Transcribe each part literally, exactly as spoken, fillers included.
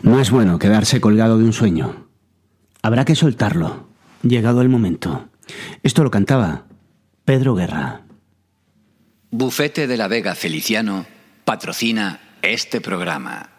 No es bueno quedarse colgado de un sueño. Habrá que soltarlo, llegado el momento. Esto lo cantaba Pedro Guerra. Bufete de la Vega Feliciano patrocina este programa.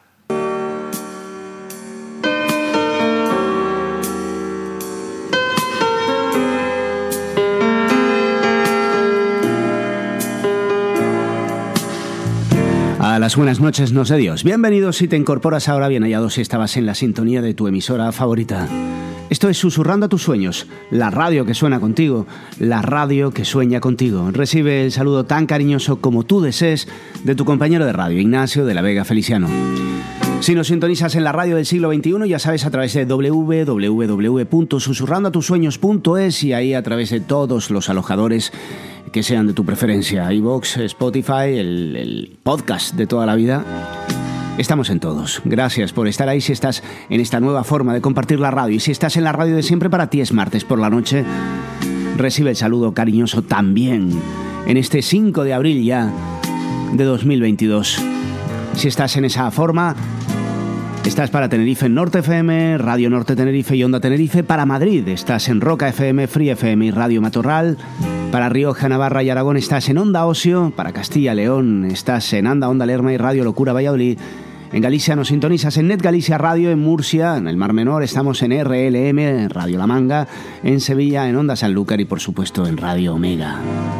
A las buenas noches nos dé Dios. Bienvenidos si te incorporas ahora, bien hallado si estabas en la sintonía de tu emisora favorita. Esto es Susurrando a tus sueños, la radio que suena contigo, la radio que sueña contigo. Recibe el saludo tan cariñoso como tú desees de tu compañero de radio, Ignacio de la Vega Feliciano. Si nos sintonizas en la radio del siglo veintiuno, ya sabes, a través de doble u doble u doble u punto susurrando a tus sueños punto es y ahí a través de todos los alojadores que sean de tu preferencia, iVoox, Spotify, el, el podcast de toda la vida. Estamos en todos. Gracias por estar ahí si estás en esta nueva forma de compartir la radio. Y si estás en la radio de siempre, para ti es martes por la noche. Recibe el saludo cariñoso también en este cinco de abril ya de dos mil veintidós. Si estás en esa forma, estás para Tenerife en Norte F M, Radio Norte Tenerife y Onda Tenerife. Para Madrid estás en Roca F M, Free F M y Radio Matorral. Para Rioja, Navarra y Aragón estás en Onda Ocio. Para Castilla León estás en Anda Onda Lerma y Radio Locura Valladolid. En Galicia nos sintonizas en Net Galicia Radio. En Murcia, en el Mar Menor, estamos en R L M, Radio La Manga. En Sevilla, en Onda Sanlúcar y por supuesto en Radio Omega.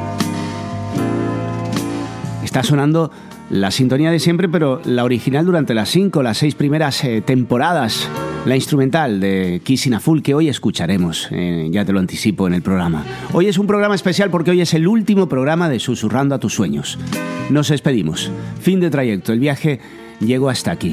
Está sonando la sintonía de siempre, pero la original durante las cinco, las seis primeras eh, temporadas. La instrumental de Kissing a Fool, que hoy escucharemos, eh, ya te lo anticipo en el programa. Hoy es un programa especial porque hoy es el último programa de Susurrando a tus sueños. Nos despedimos. Fin de trayecto. El viaje llegó hasta aquí.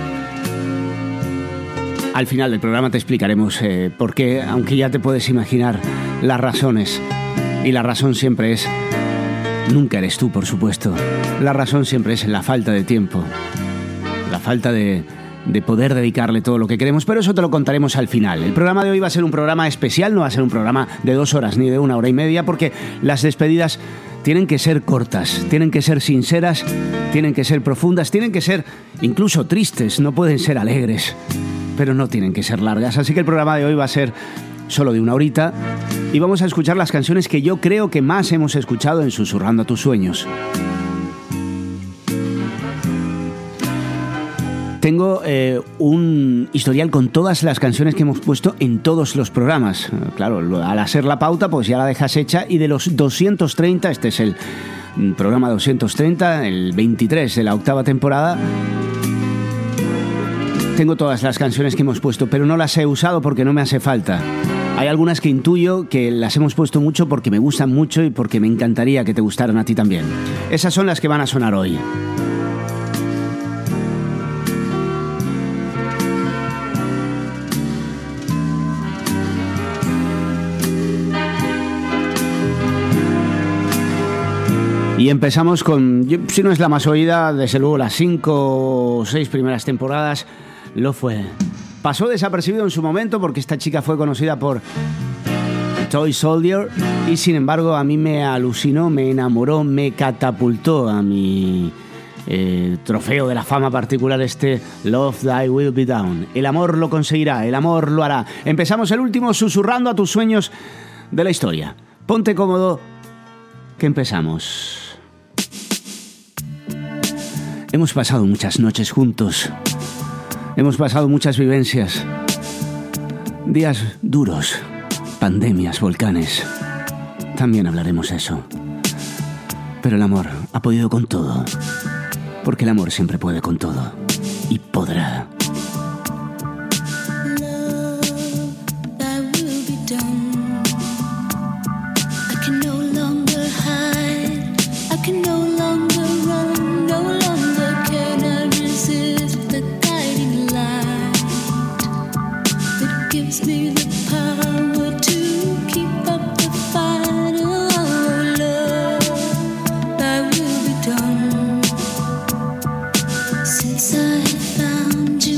Al final del programa te explicaremos eh, por qué, aunque ya te puedes imaginar las razones. Y la razón siempre es... Nunca eres tú, por supuesto. La razón siempre es la falta de tiempo. La falta de... de poder dedicarle todo lo que queremos, pero eso te lo contaremos al final. El programa de hoy va a ser un programa especial, no va a ser un programa de dos horas ni de una hora y media, porque las despedidas tienen que ser cortas, tienen que ser sinceras, tienen que ser profundas, tienen que ser incluso tristes, no pueden ser alegres, pero no tienen que ser largas. Así que el programa de hoy va a ser solo de una horita y vamos a escuchar las canciones que yo creo que más hemos escuchado en Susurrando a tus sueños. Tengo eh, un historial con todas las canciones que hemos puesto en todos los programas. Claro, al hacer la pauta, pues ya la dejas hecha. Y de los doscientos treinta, este es el programa doscientos treinta, el veintitrés de la octava temporada, tengo todas las canciones que hemos puesto, pero no las he usado porque no me hace falta. Hay algunas que intuyo que las hemos puesto mucho porque me gustan mucho y porque me encantaría que te gustaran a ti también. Esas son las que van a sonar hoy. Y empezamos con, si no es la más oída, desde luego las cinco o seis primeras temporadas, lo fue. Pasó desapercibido en su momento porque esta chica fue conocida por Toy Soldier y sin embargo a mí me alucinó, me enamoró, me catapultó a mi eh, trofeo de la fama particular, este Love Thy Will Be Down. El amor lo conseguirá, el amor lo hará. Empezamos el último Susurrando a tus sueños de la historia. Ponte cómodo, que empezamos. Hemos pasado muchas noches juntos. Hemos pasado muchas vivencias. Días duros, pandemias, volcanes. También hablaremos de eso. Pero el amor ha podido con todo. Porque el amor siempre puede con todo. Y podrá. Since I found you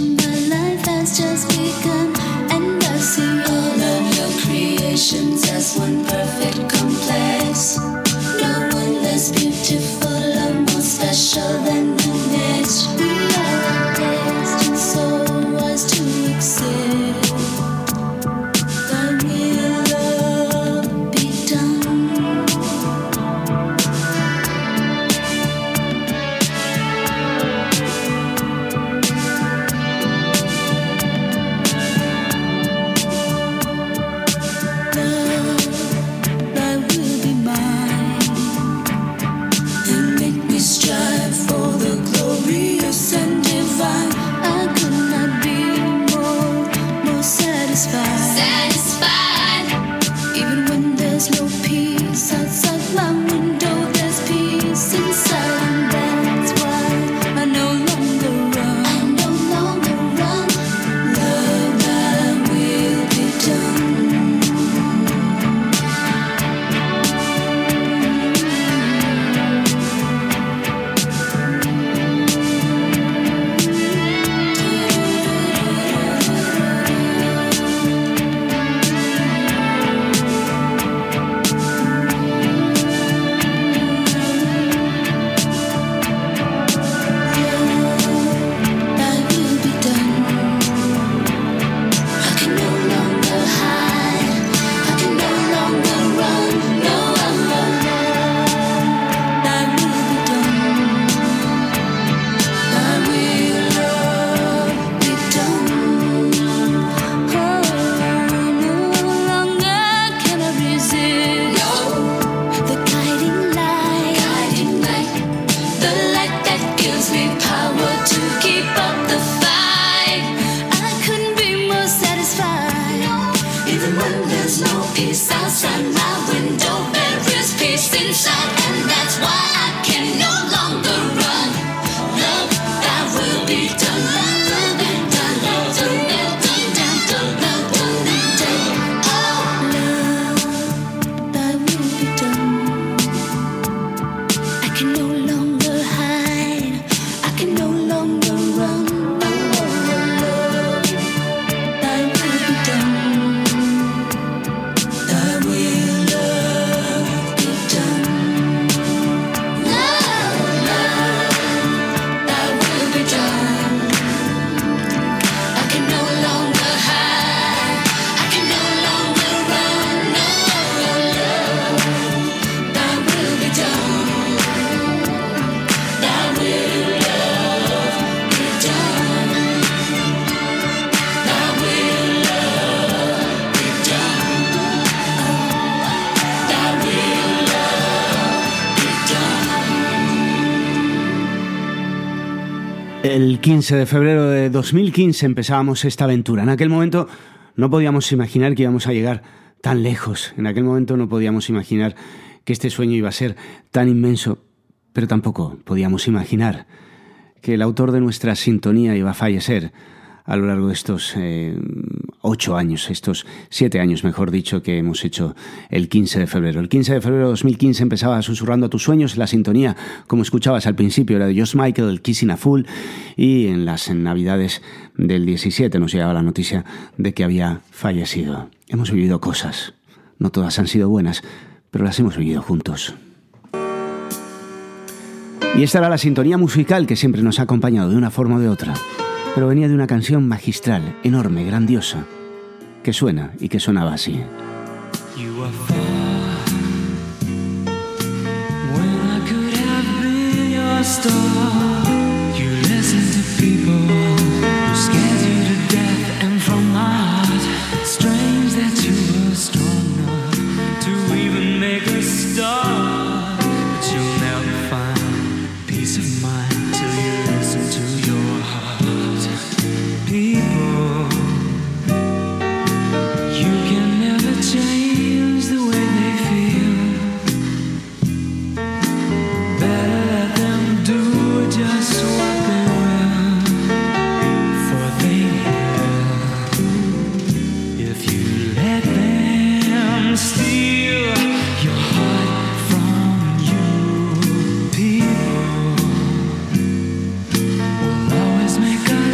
El quince de febrero de dos mil quince empezábamos esta aventura. En aquel momento no podíamos imaginar que íbamos a llegar tan lejos. En aquel momento no podíamos imaginar que este sueño iba a ser tan inmenso, pero tampoco podíamos imaginar que el autor de nuestra sintonía iba a fallecer a lo largo de estos eh, ocho años, estos siete años, mejor dicho, que hemos hecho el quince de febrero. El quince de febrero de dos mil quince empezaba Susurrando a tus sueños. La sintonía, como escuchabas al principio, era de George Michael, el Kissing a Fool, y en las navidades del diecisiete nos llegaba la noticia de que había fallecido. Hemos vivido cosas, no todas han sido buenas, pero las hemos vivido juntos. Y esta era la sintonía musical que siempre nos ha acompañado de una forma o de otra, pero venía de una canción magistral, enorme, grandiosa, que suena y que sonaba así. You are far, when I could have been your star. You listen to people who scared you to death, and from my heart, strange that you were strong enough to even make a start. But you'll never find peace of mind till you listen to your heart. People, you can never change the way they feel. Better let them do just what they will, for they will. If you let them steal your heart from you, people will always make a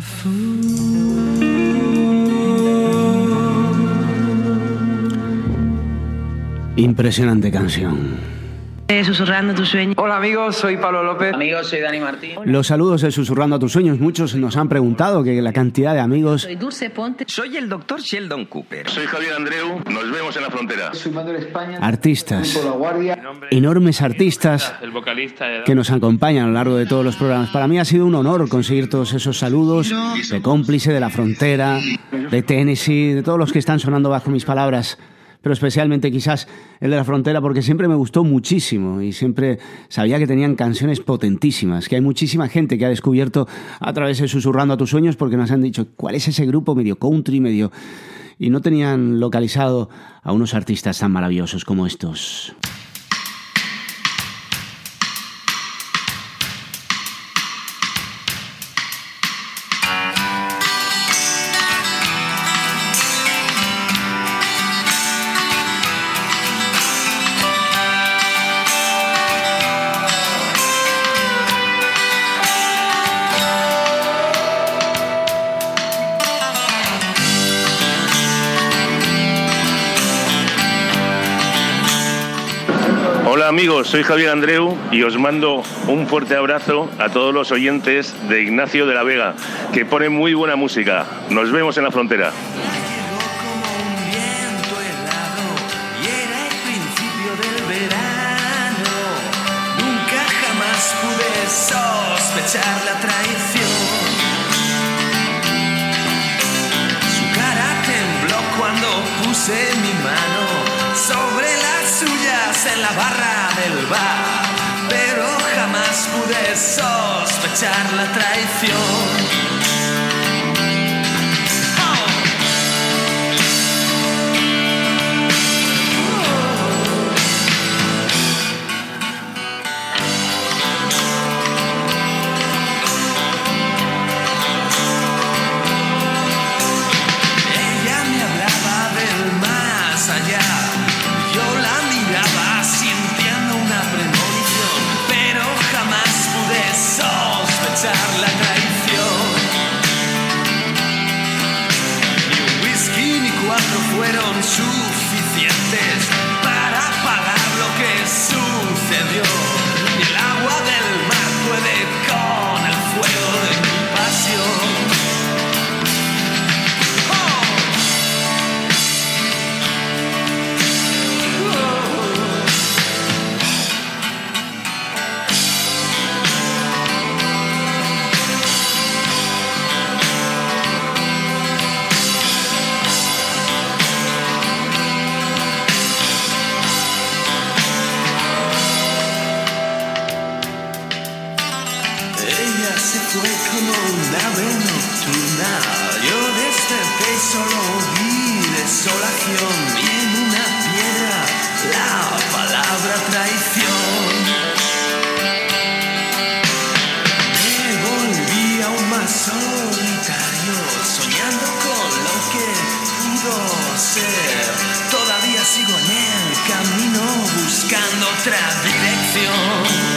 Impresionante canción. Susurrando tus sueños. Hola amigos, soy Pablo López. Amigos, soy Dani Martín. Los saludos de Susurrando a tus sueños. Muchos nos han preguntado que la cantidad de amigos. Soy Dulce Ponte. Soy el doctor Sheldon Cooper. Soy Javier Andreu, nos vemos en la frontera. Soy Manuel España. Artistas. La Guardia. Enormes artistas el vocalista de... que nos acompañan a lo largo de todos los programas. Para mí ha sido un honor conseguir todos esos saludos de Cómplice, de La Frontera, de Tennessee, de todos los que están sonando bajo mis palabras. Pero especialmente quizás el de La Frontera, porque siempre me gustó muchísimo y siempre sabía que tenían canciones potentísimas, que hay muchísima gente que ha descubierto a través de Susurrando a tus sueños, porque nos han dicho, ¿cuál es ese grupo medio country, medio...? Y no tenían localizado a unos artistas tan maravillosos como estos. Hola amigos, soy Javier Andreu y os mando un fuerte abrazo a todos los oyentes de Ignacio de la Vega, que pone muy buena música. Nos vemos en la frontera. Llegó como un viento helado y era el principio del verano. Nunca jamás pude sospechar la traición. Su cara tembló cuando puse mi mano sobre las suyas en la barra del bar, pero jamás pude sospechar la traición. La traición. Ni un whisky ni cuatro fueron suficientes para pagar lo que sucedió. Ni el agua del mar puede con el fuego de mi pasión. Fue como una ave nocturna. Yo desperté y solo vi desolación y en una piedra la palabra traición. Me volví aún más solitario, soñando con lo que pudo ser. Todavía sigo en el camino buscando otra dirección.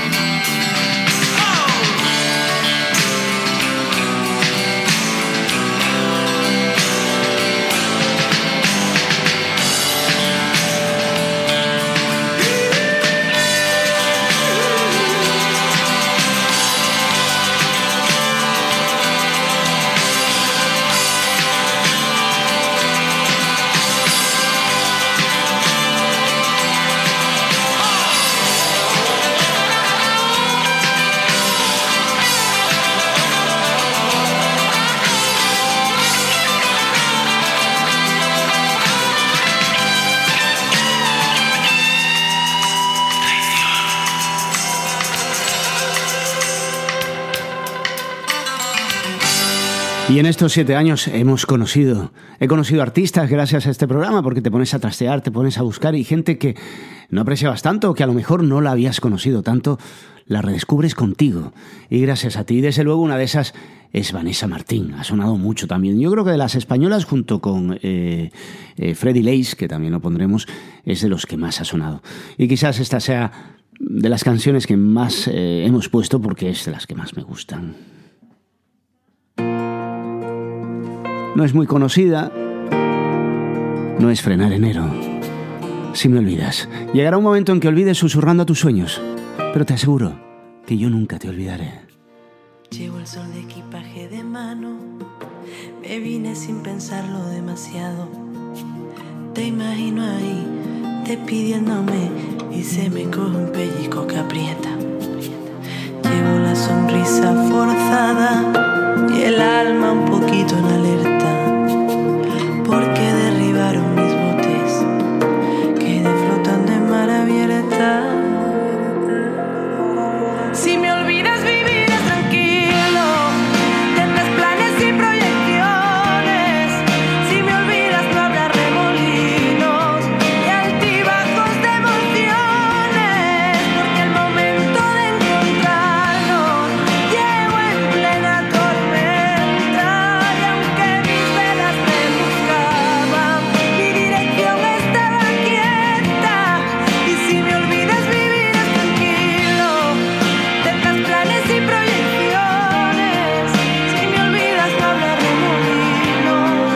Y en estos siete años hemos conocido, he conocido artistas gracias a este programa, porque te pones a trastear, te pones a buscar, y gente que no apreciabas tanto, que a lo mejor no la habías conocido tanto, la redescubres contigo. Y gracias a ti, desde luego, una de esas es Vanessa Martín. Ha sonado mucho también. Yo creo que de las españolas, junto con eh, eh, Freddy Lace, que también lo pondremos, es de los que más ha sonado. Y quizás esta sea de las canciones que más eh, hemos puesto, porque es de las que más me gustan. no es muy conocida, no es Frenar Enero. Si me olvidas, llegará un momento en que olvides susurrando a tus sueños, pero te aseguro que yo nunca te olvidaré. Llevo el sol de equipaje de mano, me vine sin pensarlo demasiado. Te imagino ahí, despidiéndome, y se me coge un pellizco que aprieta. Llevo la sonrisa forzada y el alma un poquito en alerta, porque derribaron mis botes, quedé flotando en mar abierta. Si me olvidas vivir es tranquilo, tendrás planes y proyecciones. Si me olvidas no habrá remolinos y altibajos de emociones, porque el momento de encontrarnos llevo en plena tormenta, y aunque mis velas me buscaban, mi dirección estaba quieta. Y si me olvidas vivir es tranquilo, tendrás planes y proyecciones. Si me olvidas no habrá remolinos.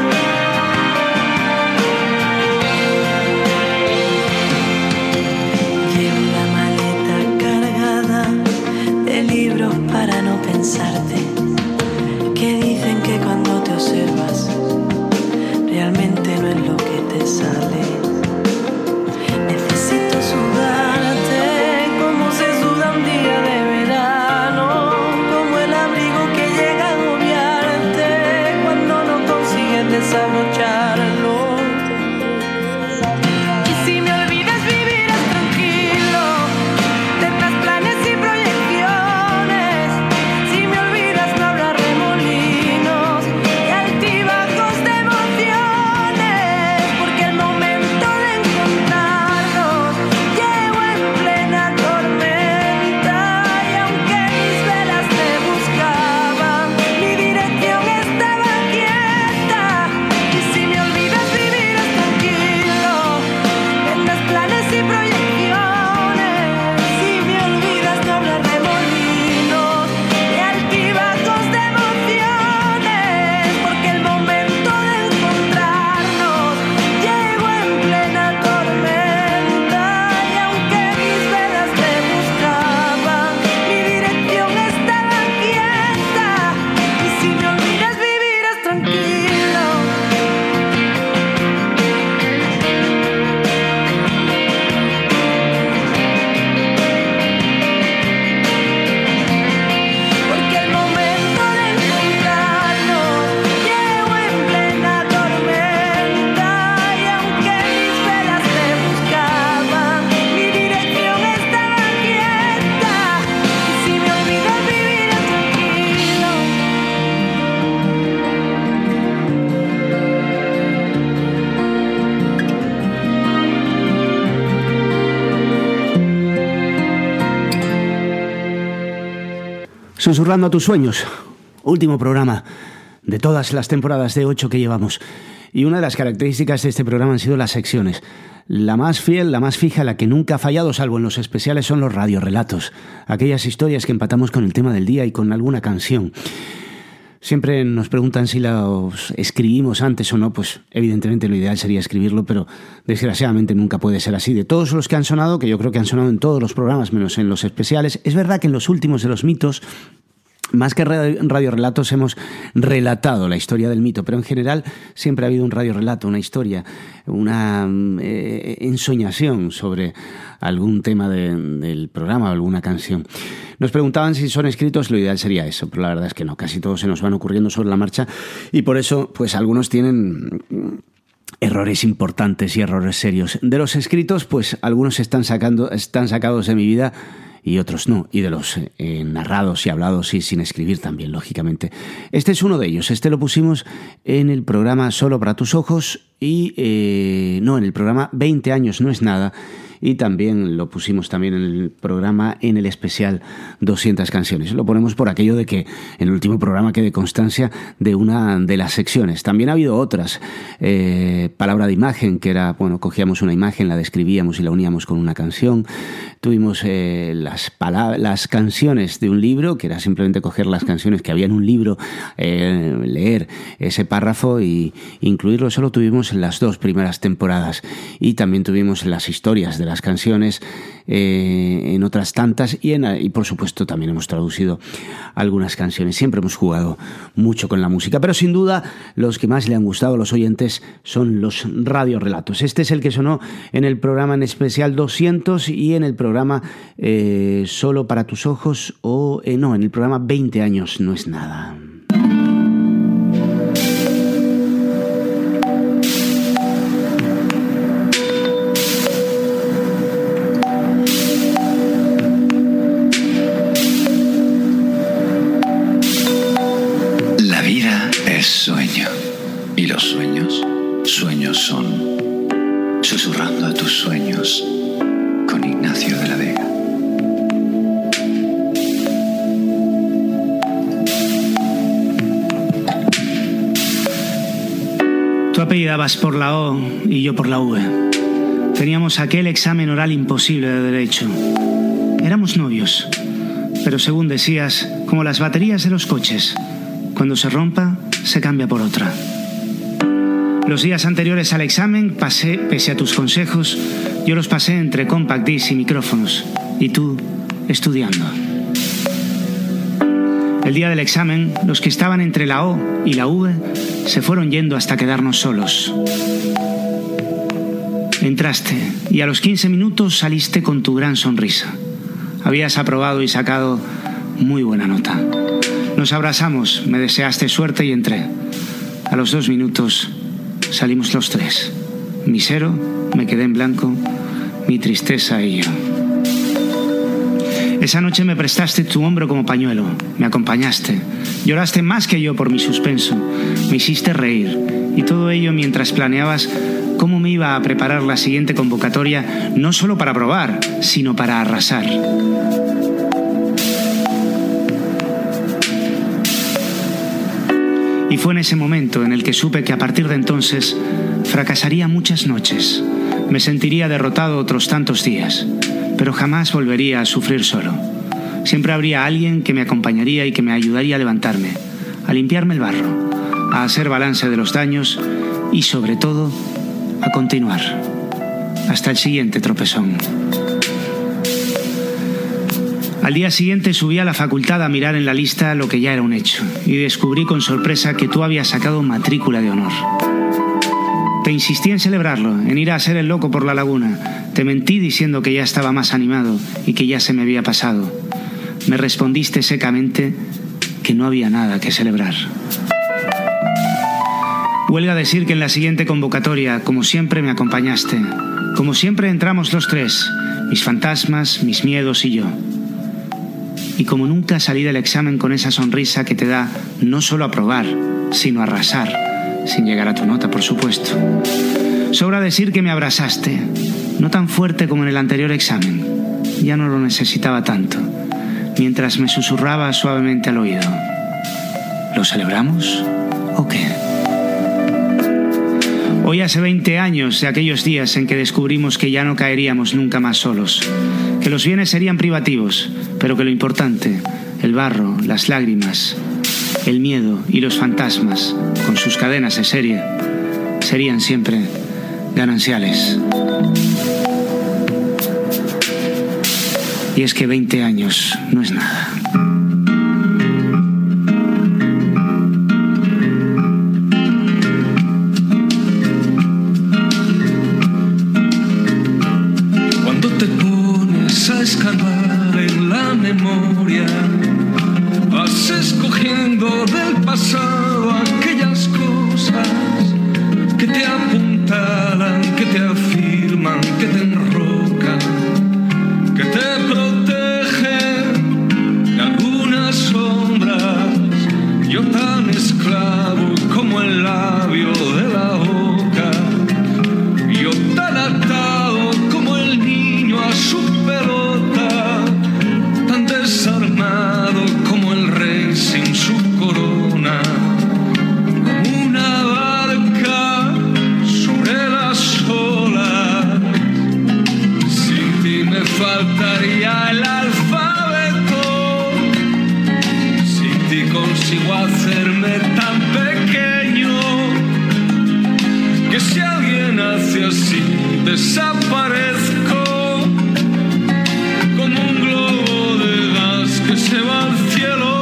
Llevo la maleta cargada de libros para no pensarte, que dicen que cuando te observas realmente no es lo que te sale. Necesito sudarte como se suda un día de verano, como el abrigo que llega a agobiarte cuando no consigues desabrocharlo. Y si me olvidas vivir es tranquilo, tendrás planes y proyecciones. Si me olvidas no habrá remolinos y altibajos de emociones, porque el momento de encontrarnos llevo en plena tormenta, y aunque mis velas te buscaban, mi dirección estaba quieta. Y si me olvidas vivir es tranquilo, tendrás planes y proyecciones. Si me olvidas no habrá remolinos y altibajos de emociones, porque el momento de encontrarnos llevo en plena tormenta, y aunque mis velas te buscaban, mi dirección estaba quieta. Y si me olvidas vivir es tranquilo. Porque el momento de encontrarnos llevo en plena tormenta, y aunque mis velas te buscaban, mi dirección estaba quieta. Y si me olvidas vivir es tranquilo. Susurrando a tus sueños, último programa de todas las temporadas de ocho que llevamos. Y una de las características de este programa han sido las secciones. La más fiel, la más fija, la que nunca ha fallado, salvo en los especiales, son los radiorelatos. Aquellas historias que empatamos con el tema del día y con alguna canción. Siempre nos preguntan si los escribimos antes o no. Pues evidentemente lo ideal sería escribirlo, pero desgraciadamente nunca puede ser así. De todos los que han sonado, que yo creo que han sonado en todos los programas, menos en los especiales, es verdad que en los últimos de los mitos, más que radiorelatos, hemos relatado la historia del mito, pero en general siempre ha habido un radiorelato, una historia, una eh, ensoñación sobre algún tema de, del programa o alguna canción. Nos preguntaban si son escritos, lo ideal sería eso, pero la verdad es que no, casi todos se nos van ocurriendo sobre la marcha, y por eso pues algunos tienen errores importantes y errores serios. De los escritos, pues algunos están sacando, están sacados de mi vida y otros no, y de los eh, narrados y hablados y sin escribir también, lógicamente. Este es uno de ellos. Este lo pusimos en el programa Solo para tus ojos y, eh, no, en el programa veinte años no es nada, y también lo pusimos también en el programa, en el especial doscientas canciones. Lo ponemos por aquello de que en el último programa quede constancia de una de las secciones. También ha habido otras, eh, palabra de imagen, que era, bueno, cogíamos una imagen, la describíamos y la uníamos con una canción. Tuvimos eh, las, palabras, las canciones de un libro, que era simplemente coger las canciones que había en un libro, eh, leer ese párrafo y incluirlo. Solo tuvimos en las dos primeras temporadas, y también tuvimos las historias de las canciones eh, en otras tantas, y, en, y por supuesto también hemos traducido algunas canciones. Siempre hemos jugado mucho con la música, pero sin duda los que más le han gustado a los oyentes son los radiorelatos. Este es el que sonó en el programa en especial doscientos y en el programa eh, Solo para tus ojos, o eh, no, en el programa veinte años no es nada. La vida es sueño, y los sueños, sueños son. Susurrando a tus sueños, con Ignacio de la Vega. Tú apellidabas por la O y yo por la V. Teníamos aquel examen oral imposible de derecho. Éramos novios, pero según decías, como las baterías de los coches, cuando se rompa, se cambia por otra. Los días anteriores al examen pasé, pese a tus consejos, yo los pasé entre compact discs y micrófonos, y tú estudiando. El día del examen, los que estaban entre la O y la V se fueron yendo hasta quedarnos solos. Entraste y a los quince minutos saliste con tu gran sonrisa. Habías aprobado y sacado muy buena nota. Nos abrazamos, me deseaste suerte y entré. A los dos minutos salimos los tres. Mi cero, me quedé en blanco, mi tristeza y yo. Esa noche me prestaste tu hombro como pañuelo, me acompañaste. Lloraste más que yo por mi suspenso, me hiciste reír. Y todo ello mientras planeabas cómo me iba a preparar la siguiente convocatoria, no solo para probar, sino para arrasar. Y fue en ese momento en el que supe que a partir de entonces fracasaría muchas noches. Me sentiría derrotado otros tantos días, pero jamás volvería a sufrir solo. Siempre habría alguien que me acompañaría y que me ayudaría a levantarme, a limpiarme el barro, a hacer balance de los daños y, sobre todo, a continuar hasta el siguiente tropezón. Al día siguiente subí a la facultad a mirar en la lista lo que ya era un hecho y descubrí con sorpresa que tú habías sacado matrícula de honor. Te insistí en celebrarlo, en ir a hacer el loco por la laguna. Te mentí diciendo que ya estaba más animado y que ya se me había pasado. Me respondiste secamente que no había nada que celebrar. Huelga decir que en la siguiente convocatoria, como siempre, me acompañaste. Como siempre entramos los tres, mis fantasmas, mis miedos y yo. Y como nunca salí del examen con esa sonrisa que te da no solo aprobar, sino arrasar, sin llegar a tu nota, por supuesto. Sobra decir que me abrazaste, no tan fuerte como en el anterior examen. Ya no lo necesitaba tanto, mientras me susurraba suavemente al oído. ¿Lo celebramos o qué? Hoy hace veinte años de aquellos días en que descubrimos que ya no caeríamos nunca más solos, que los bienes serían privativos, pero que lo importante, el barro, las lágrimas, el miedo y los fantasmas, con sus cadenas de serie, serían siempre gananciales. Y es que veinte años no es nada. Cuando te pones a escarbar en la memoria, vas escogiendo del pasado aquellas cosas que te apuntalan, que te afirman, que te enrocan, que te protegen de algunas sombras. Yo tan esclavo como el labio de la boca, yo tan atado como el niño consigo hacerme tan pequeño que si alguien hace así desaparezco como un globo de gas que se va al cielo.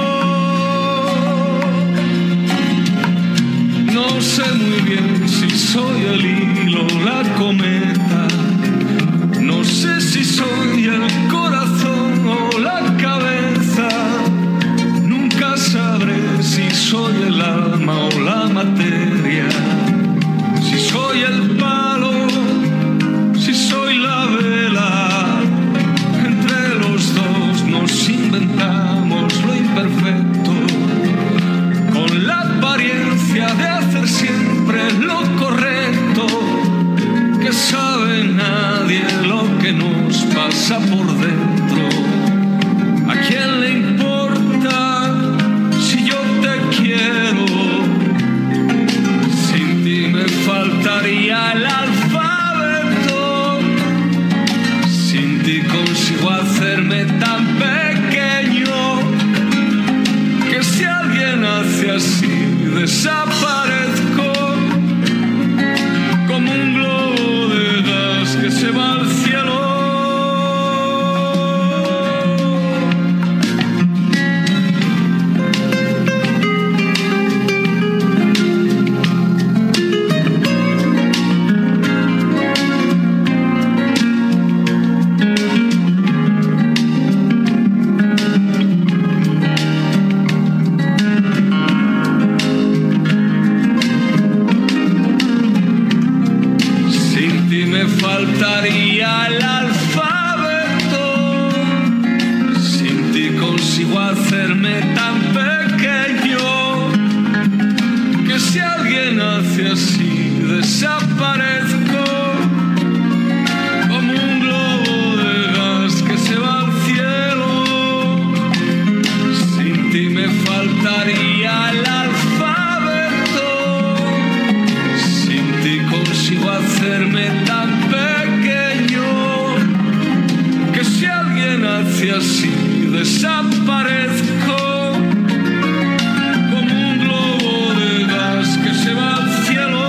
No sé muy bien si soy el hilo o la cometa, no sé si soy el corazón o la cabeza, nunca sabré si soy el alma o la materia, si soy el palo, si soy la vela. Entre los dos nos inventamos lo imperfecto, con la apariencia de hacer siempre lo correcto, que sabe nadie lo que nos pasa por dentro. ¿A quién le importa si yo te quiero? Sin ti me faltaría el alfabeto, sin ti consigo hacerme tan pequeño que si alguien hace así desaparezco como un globo de gas que se va al cielo. Faltaría el alfabeto, sin ti consigo hacerme tan pequeño que si alguien hace así desaparezco como un globo de gas que se va al cielo. Sin ti me faltaría el alfabeto, sin ti consigo hacerme tan hace así desaparezco como un globo de gas que se va al cielo.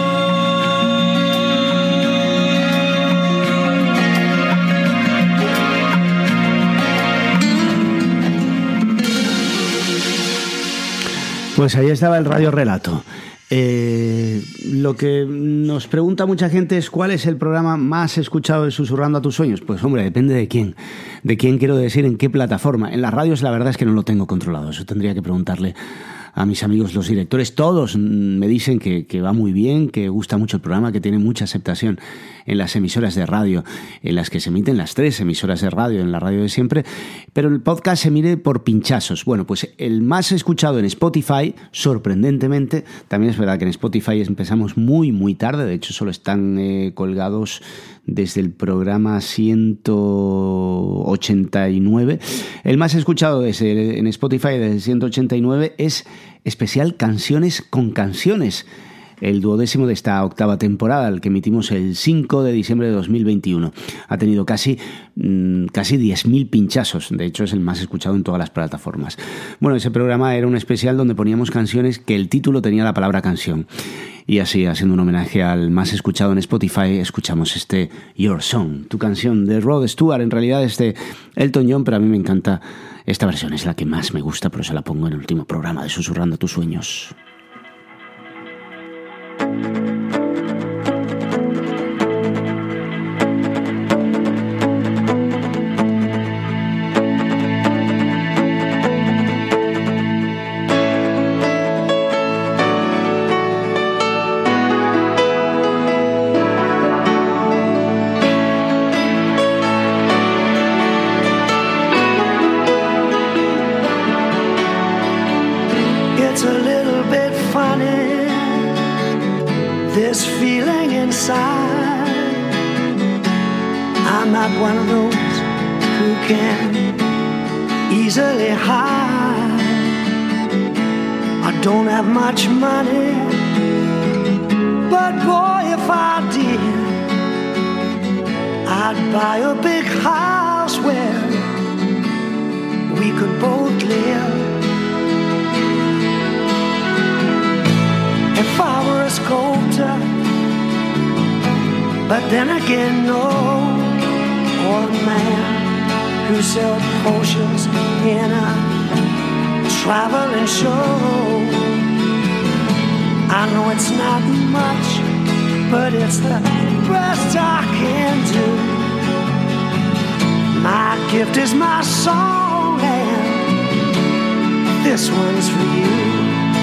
Pues ahí estaba el Radio Relato. Eh, lo que nos pregunta mucha gente es ¿cuál es el programa más escuchado de Susurrando a tus sueños? Pues hombre, depende de quién. De quién quiero decir, en qué plataforma. En las radios la verdad es que no lo tengo controlado. Eso tendría que preguntarle a mis amigos los directores. Todos me dicen que, que va muy bien, que gusta mucho el programa, que tiene mucha aceptación en las emisoras de radio, en las que se emiten las tres emisoras de radio, en la radio de siempre, pero el podcast se mide por pinchazos. Bueno, pues el más escuchado en Spotify, sorprendentemente, también es verdad que en Spotify empezamos muy, muy tarde, de hecho solo están eh, colgados desde el programa ciento ochenta y nueve. El más escuchado desde, en Spotify desde el ciento ochenta y nueve es especial Canciones con Canciones, el duodécimo de esta octava temporada, el que emitimos el cinco de diciembre de dos mil veintiuno. Ha tenido casi, casi diez mil pinchazos, de hecho es el más escuchado en todas las plataformas. Bueno, ese programa era un especial donde poníamos canciones que el título tenía la palabra canción. Y así, haciendo un homenaje al más escuchado en Spotify, escuchamos este Your Song, tu canción de Rod Stewart. En realidad es de Elton John, pero a mí me encanta esta versión, es la que más me gusta, por eso la pongo en el último programa de Susurrando tus sueños. One of those who can easily hide. I don't have much money, but boy, if I did, I'd buy a big house where we could both live. Dakota. But then again, no old man who sells potions in a traveling show. I know it's not much, but it's the best I can do. My gift is my song, and this one's for you.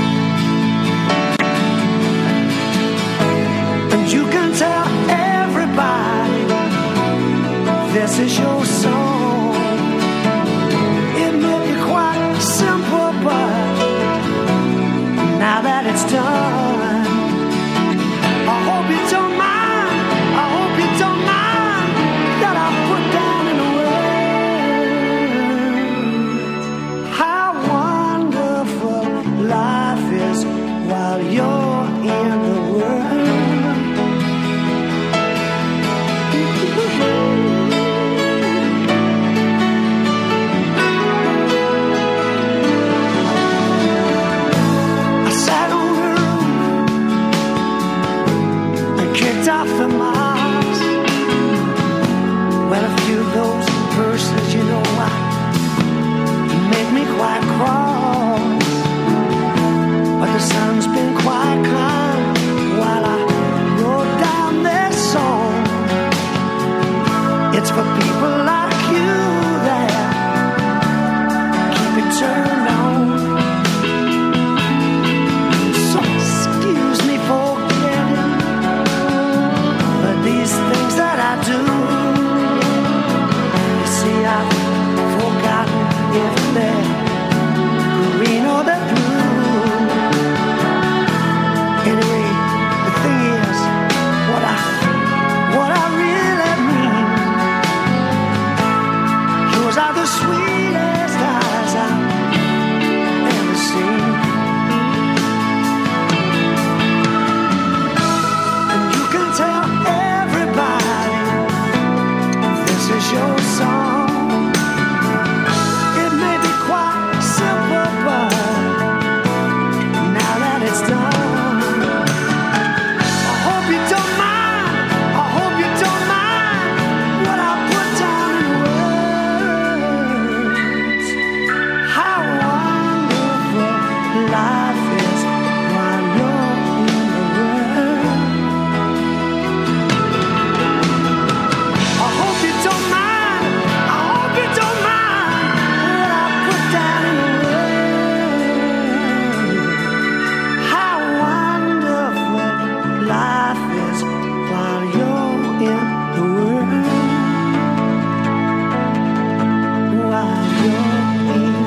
And you can tell everybody this is your song. It may be quite simple, but now that it's done, I hope you don't mind, I hope you don't mind that I put down in words how wonderful life is while you're in the world. Off the miles. Well, a few of those verses, you know what, make me quite cross. But the sun's been quite kind while I wrote down this song. It's for people like you that keep it turned on. So excuse me for these things that I do. You see, I've forgotten if they're green or they're blue. Anyway, the thing is, what I, what I really mean, yours are the sweetest eyes I've ever seen. And you can tell this is your song. It may be quite simple, but now that it's done, I hope you don't mind, I hope you don't mind what I put down in words. How wonderful life is while you're in the world. I hope you don't mind, I hope you don't mind what I put down in words. How wonderful life is while you're in the world. While you're in the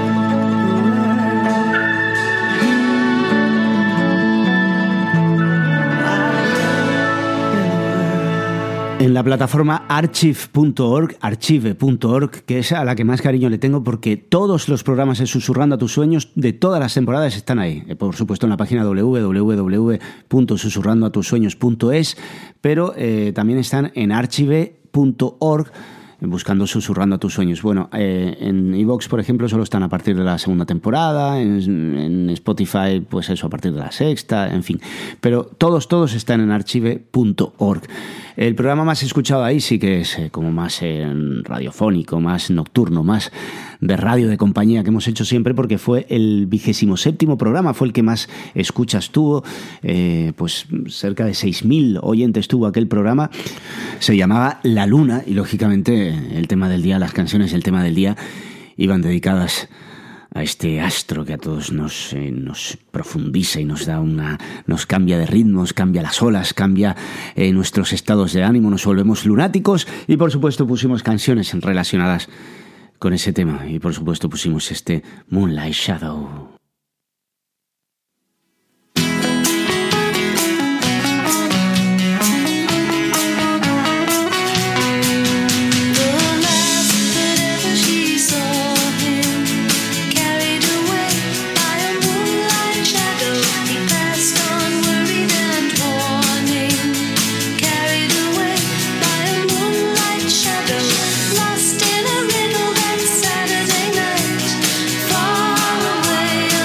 En la plataforma archive punto org, archive punto org, que es a la que más cariño le tengo porque todos los programas de Susurrando a tus sueños de todas las temporadas están ahí. Por supuesto en la página doble u doble u doble u punto susurrando a tus sueños punto es, pero eh, también están en archive punto org buscando Susurrando a tus sueños. Bueno, eh, en iVoox, por ejemplo, solo están a partir de la segunda temporada, en, en Spotify, pues eso, a partir de la sexta, en fin. Pero todos, todos están en archive punto org. El programa más escuchado ahí sí que es eh, como más eh, radiofónico, más nocturno, más de radio de compañía que hemos hecho siempre, porque fue el vigésimo séptimo programa, fue el que más escuchas tuvo, eh, pues cerca de seis mil oyentes tuvo aquel programa. Se llamaba La Luna y lógicamente el tema del día, las canciones del tema del día iban dedicadas a este astro que a todos nos, eh, nos profundiza y nos da una, nos cambia de ritmos, cambia las olas, cambia eh, nuestros estados de ánimo, nos volvemos lunáticos y por supuesto pusimos canciones relacionadas con ese tema y por supuesto pusimos este Moonlight Shadow. Lost in a riddle that Saturday night, far away.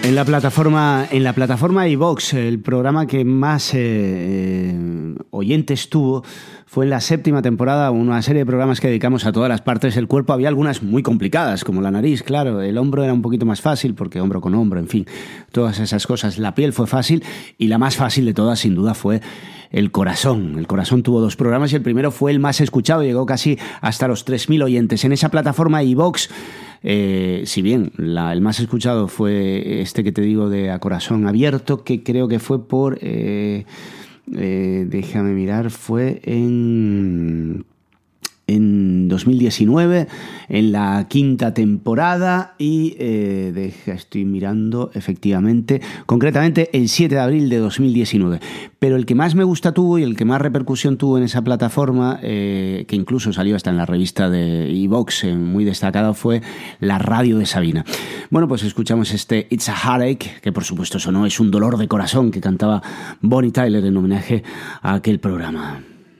En la plataforma, en la plataforma iVoox, el programa que más eh, eh, oyentes tuvo fue en la séptima temporada, una serie de programas que dedicamos a todas las partes del cuerpo. Había algunas muy complicadas, como la nariz, claro, el hombro era un poquito más fácil, porque hombro con hombro, en fin, todas esas cosas. La piel fue fácil, y la más fácil de todas, sin duda, fue el corazón. El corazón tuvo dos programas, y el primero fue el más escuchado, llegó casi hasta los tres mil oyentes. En esa plataforma iVoox, Eh, si bien la, el más escuchado fue este que te digo de A Corazón Abierto, que creo que fue por eh, eh, déjame mirar, fue en en dos mil diecinueve, en la quinta temporada, y eh, deja, estoy mirando efectivamente, concretamente el siete de abril de dos mil diecinueve. Pero el que más me gusta tuvo y el que más repercusión tuvo en esa plataforma, eh, que incluso salió hasta en la revista de iVoox, eh, muy destacada, fue la radio de Sabina. Bueno, pues escuchamos este It's a Heartache, que por supuesto sonó, es un dolor de corazón, que cantaba Bonnie Tyler en homenaje a aquel programa.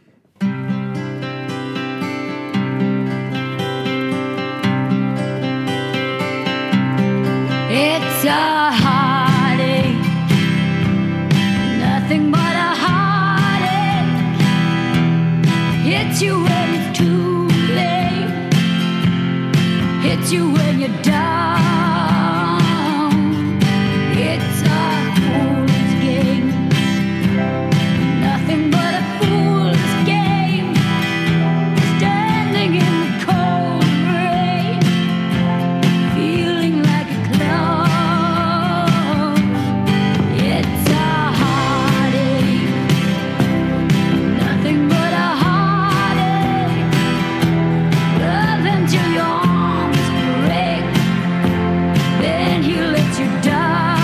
It's a heartache, nothing but a heartache. Hits you when it's too late, hits you when you're down. It's a fool's game, nothing but a fool's game. Standing in the cold rain, feeling like a clown. It's a heartache, nothing but a heartache. Love until your arms break, then he lets you down.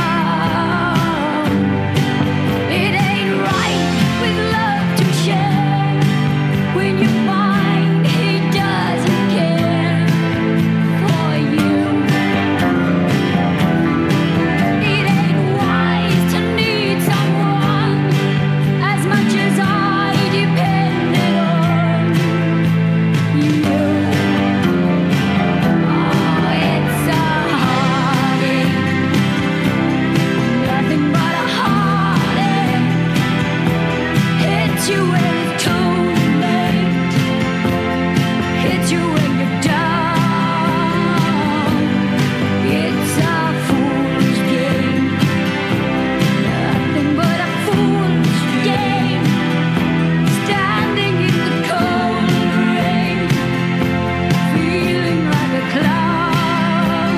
It ain't right with love to share when you find he doesn't care for you. It ain't wise to need someone as much as I depended on you. Oh, it's a heartache, nothing but a heartache. Hits you when it's too late, hits you when you're down. It's a fool's game, nothing but a fool's game. Standing in the cold rain, feeling like a clown.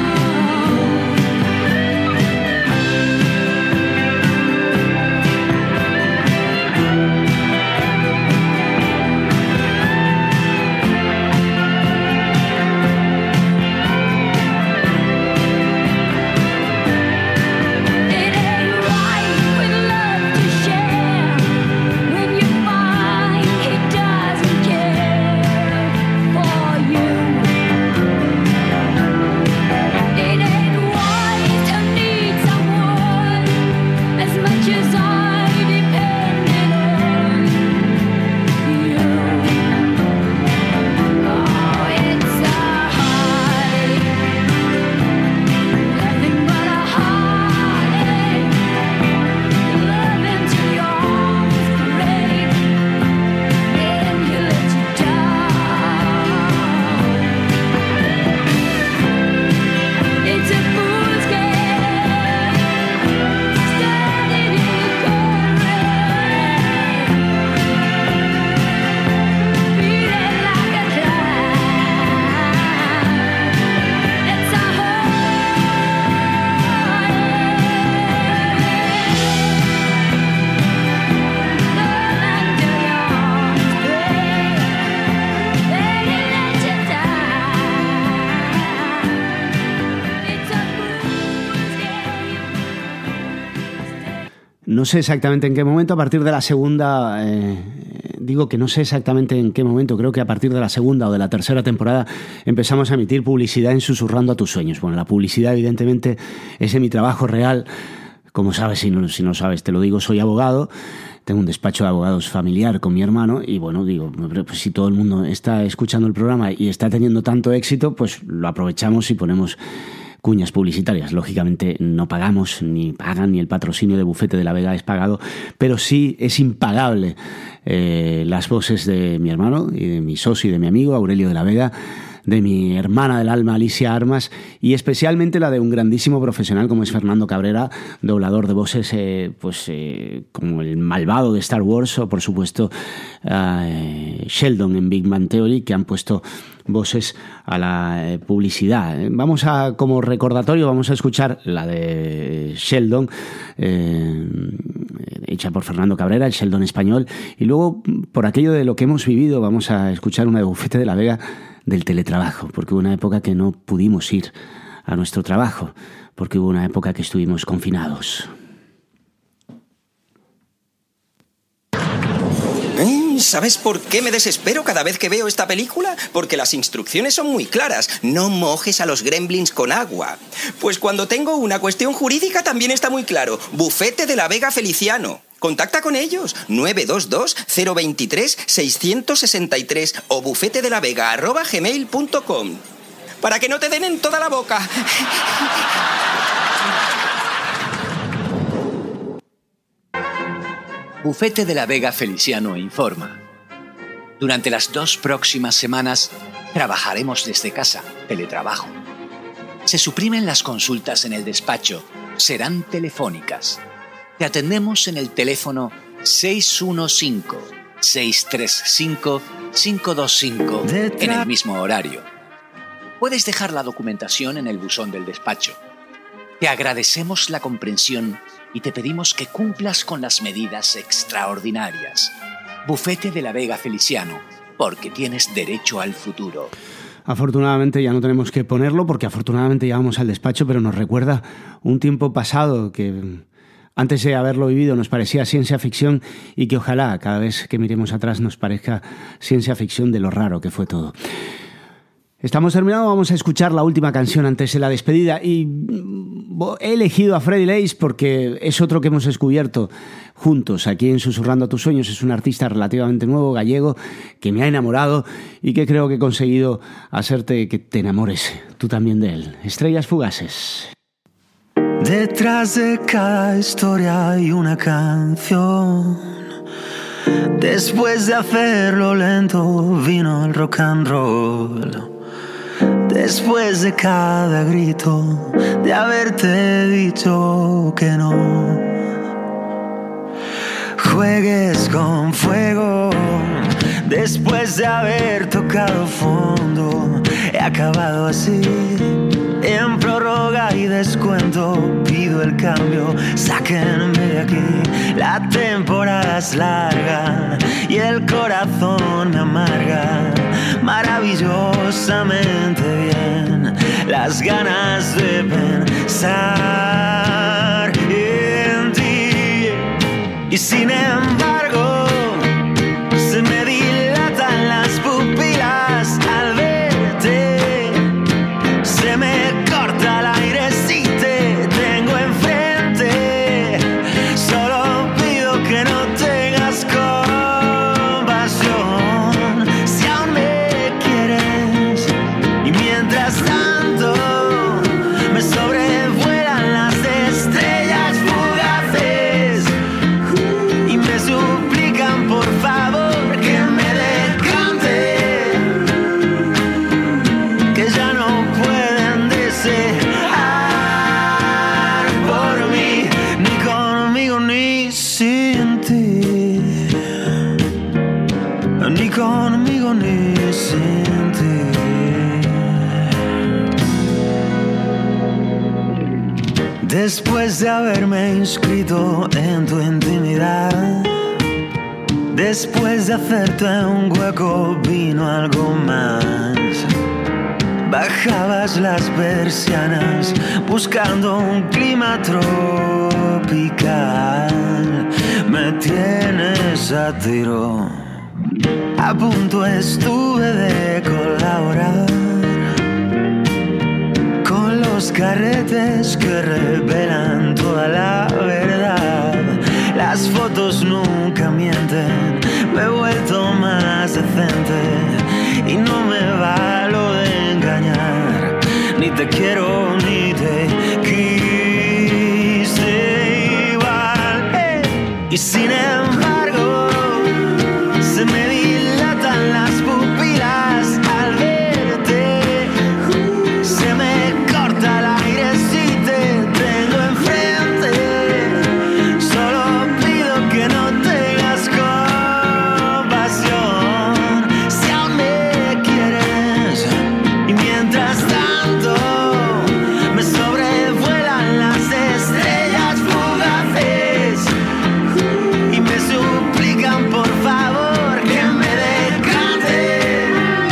It ain't right with love to share when you find he doesn't care for you. It ain't wise to need someone as much as I depended on you. Oh, it's a heartache, nothing but a heartache. Love until your arms break, then he lets you down. It's a fool's game, standing in the cold rain, feeling like a clown. It's a No sé exactamente en qué momento, a partir de la segunda, eh, digo que no sé exactamente en qué momento, creo que a partir de la segunda o de la tercera temporada empezamos a emitir publicidad en Susurrando a tus sueños. Bueno, la publicidad evidentemente es mi trabajo real, como sabes, si no, si no sabes te lo digo, soy abogado, tengo un despacho de abogados familiar con mi hermano y bueno, digo, pues si todo el mundo está escuchando el programa y está teniendo tanto éxito, pues lo aprovechamos y ponemos cuñas publicitarias. Lógicamente no pagamos, ni pagan, ni el patrocinio de Bufete de la Vega es pagado, pero sí es impagable eh, las voces de mi hermano y de mi socio y de mi amigo Aurelio de la Vega, de mi hermana del alma Alicia Armas, y especialmente la de un grandísimo profesional como es Fernando Cabrera, doblador de voces eh, pues eh, como el malvado de Star Wars, o por supuesto eh, Sheldon en Big Bang Theory, que han puesto voces a la eh, publicidad. Vamos a, como recordatorio, vamos a escuchar la de Sheldon, eh, hecha por Fernando Cabrera, el Sheldon español, y luego, por aquello de lo que hemos vivido, vamos a escuchar una de Bufete de la Vega del teletrabajo, porque hubo una época que no pudimos ir a nuestro trabajo, porque hubo una época que estuvimos confinados. ¿Eh? ¿Sabes por qué me desespero cada vez que veo esta película? Porque las instrucciones son muy claras. No mojes a los gremlins con agua. Pues cuando tengo una cuestión jurídica también está muy claro. Bufete de la Vega Feliciano. Contacta con ellos, nueve dos dos cero dos tres seis seis tres o bufetedelavega arroba gmail punto com, para que no te den en toda la boca. Bufete de la Vega Feliciano informa. Durante las dos próximas semanas trabajaremos desde casa, teletrabajo. Se suprimen las consultas en el despacho, serán telefónicas. Te atendemos en el teléfono seis uno cinco, seis tres cinco, cinco dos cinco en el mismo horario. Puedes dejar la documentación en el buzón del despacho. Te agradecemos la comprensión y te pedimos que cumplas con las medidas extraordinarias. Bufete de la Vega Feliciano, porque tienes derecho al futuro. Afortunadamente ya no tenemos que ponerlo, porque afortunadamente ya vamos al despacho, pero nos recuerda un tiempo pasado que antes de haberlo vivido nos parecía ciencia ficción, y que ojalá cada vez que miremos atrás nos parezca ciencia ficción de lo raro que fue todo. Estamos terminando, vamos a escuchar la última canción antes de la despedida, y he elegido a Freddy Lace porque es otro que hemos descubierto juntos aquí en Susurrando a tus sueños. Es un artista relativamente nuevo, gallego, que me ha enamorado y que creo que he conseguido hacerte que te enamores tú también de él. Estrellas fugaces. Detrás de cada historia hay una canción. Después de hacerlo lento vino el rock and roll. Después de cada grito de haberte dicho que no juegues con fuego. Después de haber tocado fondo, he acabado así. En prórroga y descuento pido el cambio, sáquenme de aquí. La temporada es larga y el corazón me amarga maravillosamente bien. Las ganas de pensar en ti, y sin embargo se me dilatan las pupilas al verte. Se me corta el aire si te tengo enfrente. Solo pido que no tengas compasión si aún me quieres. Y mientras tanto me sobrevuelan las estrellas fugaces y me suplican por favor que me decante, que ya no pueden desear por mí, ni conmigo ni sin ti, ni conmigo ni sin ti. Después de haberme inscrito en tu intimidad, después de hacerte un hueco vino algo más. Bajabas las persianas buscando un clima tropical. Me tienes a tiro, a punto estuve de colaborar con los carretes que revelan toda la verdad. Las fotos nunca mienten, me he vuelto más decente y no me valo de engañar, ni te quiero ni te quise igual. Hey. Y sin embargo, se me dilatan las pupilas al verte. Se me corta el aire si te tengo enfrente. Solo pido que no tengas compasión. Si aún me quieres y mientras tanto me sobrevuelan las estrellas fugaces y me suplican por favor que me decante,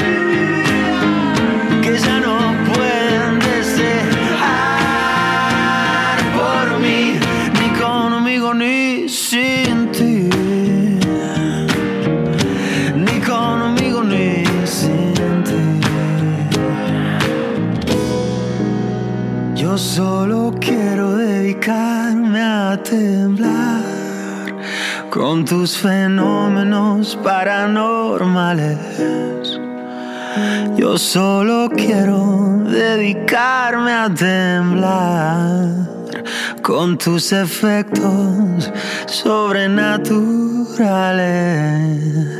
que ya no pueden desear por mí, ni conmigo ni sin ti, ni conmigo ni sin ti. Yo solo quiero dedicarme a temblar con tus fenómenos paranormales. Yo solo quiero dedicarme a temblar con tus efectos sobrenaturales.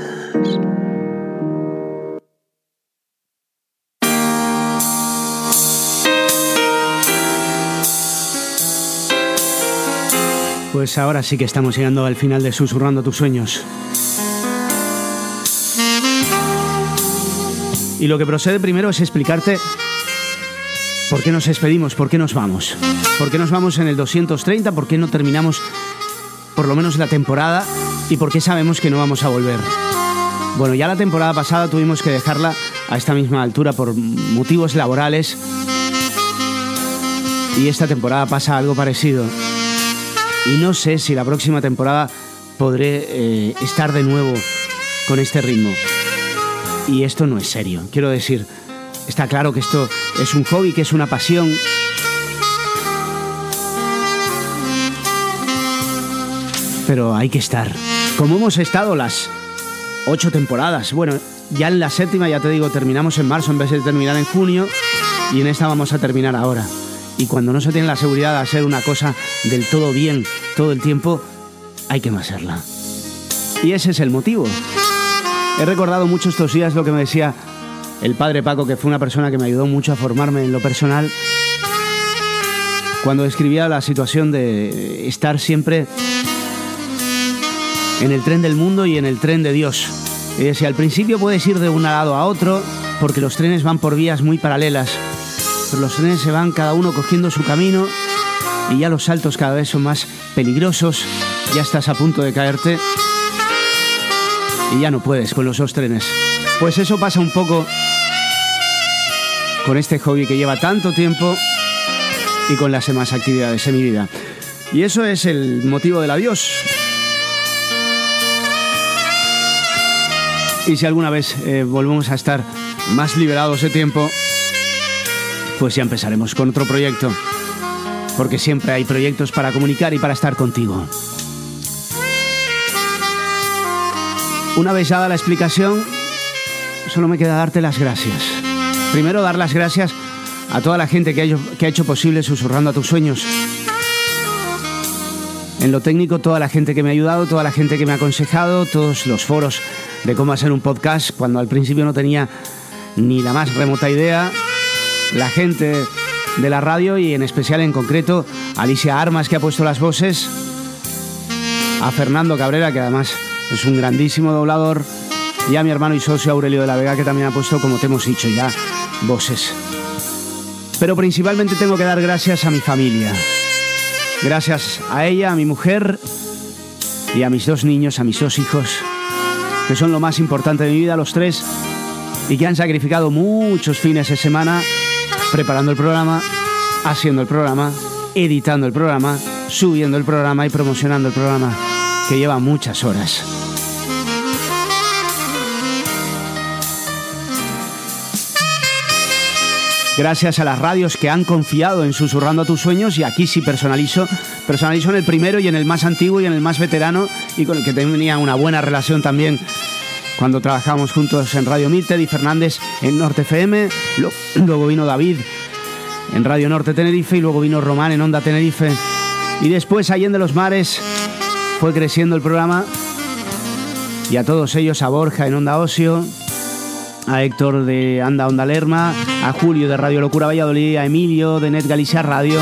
Pues ahora sí que estamos llegando al final de Susurrando tus sueños. Y lo que procede primero es explicarte por qué nos despedimos, por qué nos vamos. Por qué nos vamos en el doscientos treinta, por qué no terminamos por lo menos la temporada y por qué sabemos que no vamos a volver. Bueno, ya la temporada pasada tuvimos que dejarla a esta misma altura por motivos laborales y esta temporada pasa algo parecido. Y no sé si la próxima temporada podré eh, estar de nuevo con este ritmo. Y esto no es serio. Quiero decir, está claro que esto es un hobby, que es una pasión. Pero hay que estar. Como hemos estado las ocho temporadas. Bueno, ya en la séptima, ya te digo, terminamos en marzo en vez de terminar en junio. Y en esta vamos a terminar ahora. Y cuando no se tiene la seguridad de hacer una cosa del todo bien todo el tiempo, hay que no hacerla. Y ese es el motivo. He recordado mucho estos días lo que me decía el padre Paco, que fue una persona que me ayudó mucho a formarme en lo personal, cuando describía la situación de estar siempre en el tren del mundo y en el tren de Dios. Y decía, al principio puedes ir de un lado a otro porque los trenes van por vías muy paralelas, pero los trenes se van cada uno cogiendo su camino y ya los saltos cada vez son más peligrosos, ya estás a punto de caerte y ya no puedes con los dos trenes. Pues eso pasa un poco con este hobby que lleva tanto tiempo y con las demás actividades en mi vida. Y eso es el motivo del adiós. Y si alguna vez eh, volvemos a estar más liberados de tiempo, pues ya empezaremos con otro proyecto, porque siempre hay proyectos para comunicar y para estar contigo. Una vez dada la explicación, solo me queda darte las gracias. Primero, dar las gracias a toda la gente que ha hecho, que ha hecho posible Susurrando a tus sueños. En lo técnico, toda la gente que me ha ayudado, toda la gente que me ha aconsejado, todos los foros de cómo hacer un podcast, cuando al principio no tenía ni la más remota idea. La gente de la radio y en especial, en concreto, Alicia Armas, que ha puesto las voces, a Fernando Cabrera, que además es un grandísimo doblador, y a mi hermano y socio Aurelio de la Vega, que también ha puesto, como te hemos dicho ya, voces. Pero principalmente tengo que dar gracias a mi familia. Gracias a ella, a mi mujer y a mis dos niños, a mis dos hijos, que son lo más importante de mi vida, los tres, y que han sacrificado muchos fines de semana preparando el programa, haciendo el programa, editando el programa, subiendo el programa y promocionando el programa, que lleva muchas horas. Gracias a las radios que han confiado en Susurrando a tus sueños, y aquí sí personalizo, personalizo en el primero y en el más antiguo y en el más veterano, y con el que tenía una buena relación también cuando trabajábamos juntos en Radio Mir, Teddy Fernández en Norte F M, luego vino David en Radio Norte Tenerife, y luego vino Román en Onda Tenerife. Y después, Allende los Mares, fue creciendo el programa. Y a todos ellos, a Borja en Onda Ocio, a Héctor de Anda Onda Lerma, a Julio de Radio Locura Valladolid, a Emilio de Net Galicia Radio,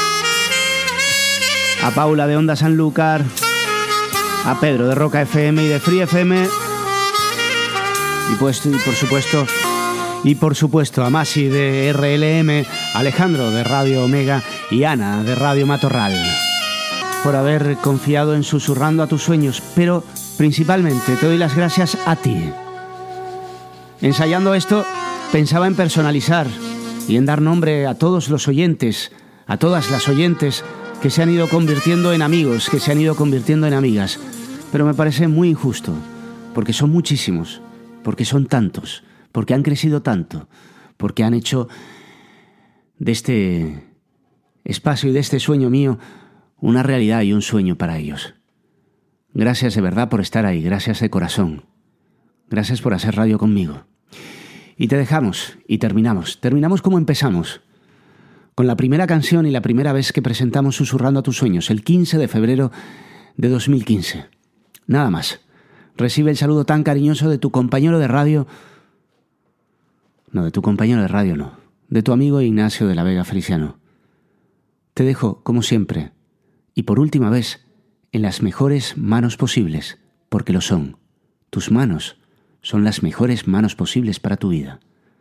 a Paula de Onda Sanlúcar, a Pedro de Roca F M y de Free F M, y, pues, y por supuesto y por supuesto a Masi de R L M, Alejandro de Radio Omega y Ana de Radio Matorral, por haber confiado en Susurrando a tus sueños. Pero principalmente te doy las gracias a ti. Ensayando esto, pensaba en personalizar y en dar nombre a todos los oyentes, a todas las oyentes que se han ido convirtiendo en amigos, que se han ido convirtiendo en amigas. Pero me parece muy injusto, porque son muchísimos, porque son tantos, porque han crecido tanto, porque han hecho de este espacio y de este sueño mío una realidad y un sueño para ellos. Gracias de verdad por estar ahí, gracias de corazón. Gracias por hacer radio conmigo. Y te dejamos y terminamos. Terminamos como empezamos, con la primera canción y la primera vez que presentamos Susurrando a tus sueños, el quince de febrero de dos mil quince. Nada más. Recibe el saludo tan cariñoso de tu compañero de radio. No, de tu compañero de radio no. De tu amigo Ignacio de la Vega Feliciano. Te dejo, como siempre, y por última vez, en las mejores manos posibles, porque lo son. Tus manos son las mejores manos posibles para tu vida.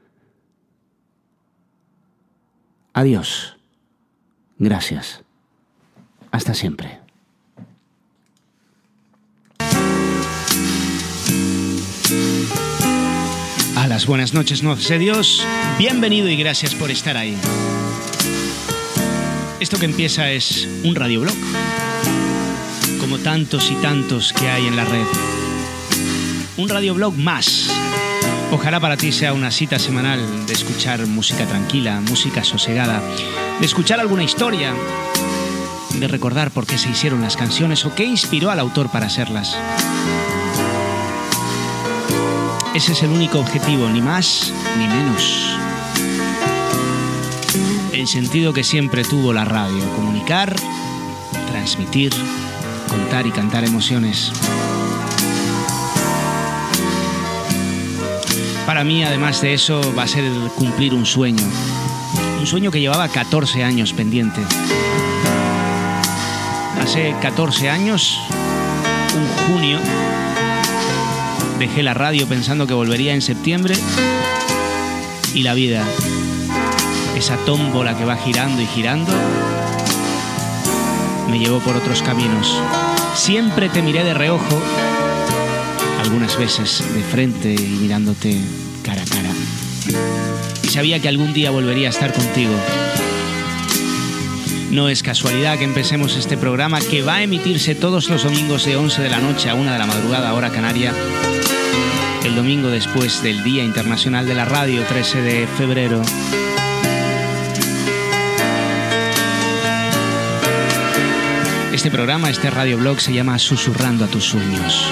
Adiós. Gracias. Hasta siempre. A las buenas noches, no sé Dios. Bienvenido y gracias por estar ahí. Esto que empieza es un radioblog, como tantos y tantos que hay en la red. Un radioblog más. Ojalá para ti sea una cita semanal de escuchar música tranquila, música sosegada, de escuchar alguna historia, de recordar por qué se hicieron las canciones o qué inspiró al autor para hacerlas. Ese es el único objetivo, ni más ni menos. El sentido que siempre tuvo la radio: comunicar, transmitir, contar y cantar emociones. Para mí, además de eso, va a ser el cumplir un sueño. Un sueño que llevaba catorce años pendiente. Hace catorce años, un junio, dejé la radio pensando que volvería en septiembre, y la vida, esa tómbola que va girando y girando, me llevó por otros caminos. Siempre te miré de reojo, algunas veces de frente y mirándote cara a cara. Y sabía que algún día volvería a estar contigo. No es casualidad que empecemos este programa, que va a emitirse todos los domingos de once de la noche a una de la madrugada, hora canaria, el domingo después del Día Internacional de la Radio, trece de febrero. Este programa, este radioblog, se llama Susurrando a tus sueños.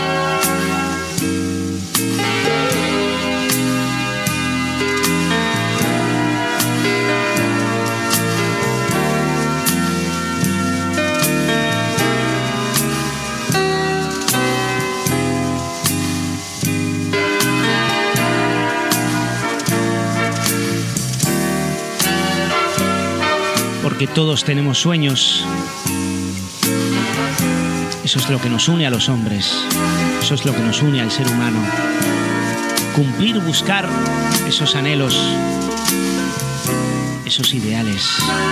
Porque todos tenemos sueños. Eso es lo que nos une a los hombres. Eso es lo que nos une al ser humano. Cumplir, buscar esos anhelos, esos ideales.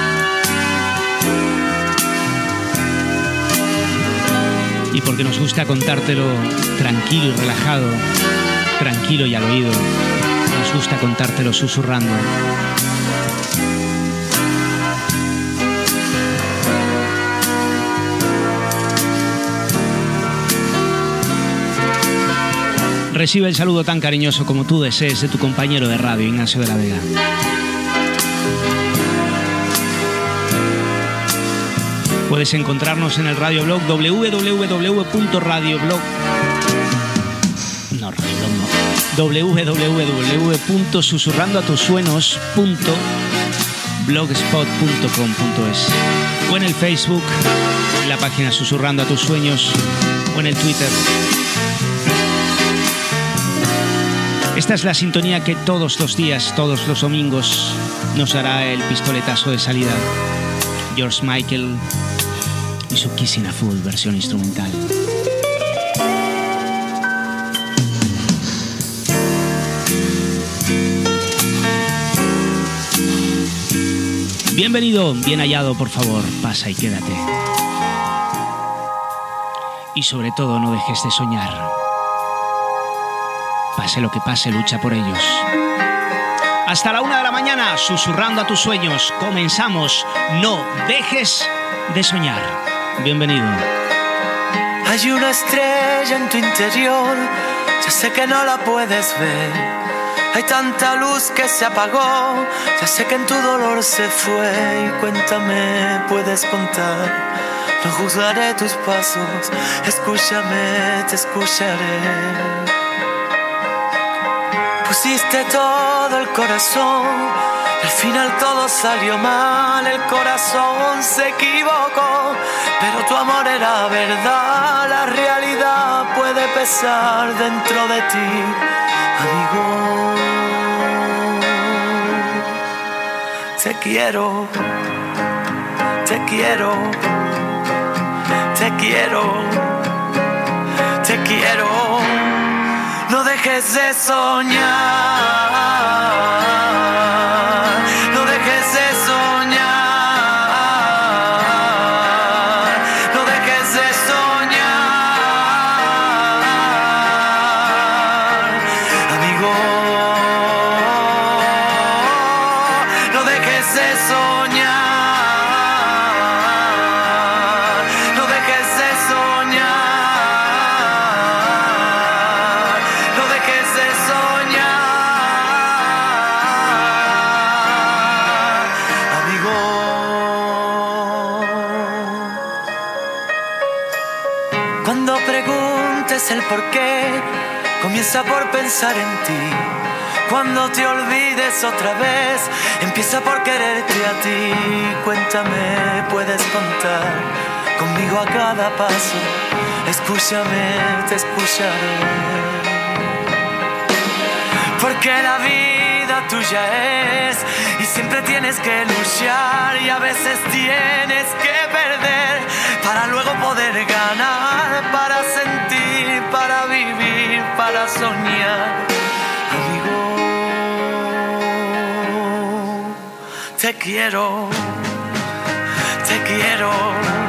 Y porque nos gusta contártelo tranquilo y relajado, tranquilo y al oído. Nos gusta contártelo susurrando. Recibe el saludo tan cariñoso como tú desees de tu compañero de radio, Ignacio de la Vega. Puedes encontrarnos en el radioblog w w w punto radioblog no, radioblog no w w w punto susurrando a tus sueños punto blogspot punto com punto es, o en el Facebook, en la página Susurrando a tus sueños, o en el Twitter. Esta es la sintonía que todos los días, todos los domingos, nos dará el pistoletazo de salida. George Michael y su Kissing a Fool, versión instrumental. Bienvenido, bien hallado, por favor, pasa y quédate. Y sobre todo, no dejes de soñar. Pase lo que pase, lucha por ellos. Hasta la una de la mañana, susurrando a tus sueños. Comenzamos. No dejes de soñar. Bienvenido. Hay una estrella en tu interior, ya sé que no la puedes ver. Hay tanta luz que se apagó, ya sé que en tu dolor se fue. Y cuéntame, puedes contar, no juzgaré tus pasos. Escúchame, te escucharé. Pusiste todo el corazón, al final todo salió mal. El corazón se equivocó, pero tu amor era verdad. La realidad puede pesar dentro de ti, amigo. Te quiero, te quiero, te quiero, te quiero. No dejes de soñar, no dejes de soñar, no dejes de soñar, amigo. No dejes de soñar, no dejes de soñar. Cuando preguntes el por qué, comienza por pensar en ti. Cuando te olvides otra vez, empieza por quererte a ti. Cuéntame, puedes contar conmigo a cada paso. Escúchame, te escucharé. Porque la vida tuya es, y siempre tienes que luchar, y a veces tienes que perder para luego poder ganar, para sentir, para vivir, para soñar, amigo. Te quiero, te quiero.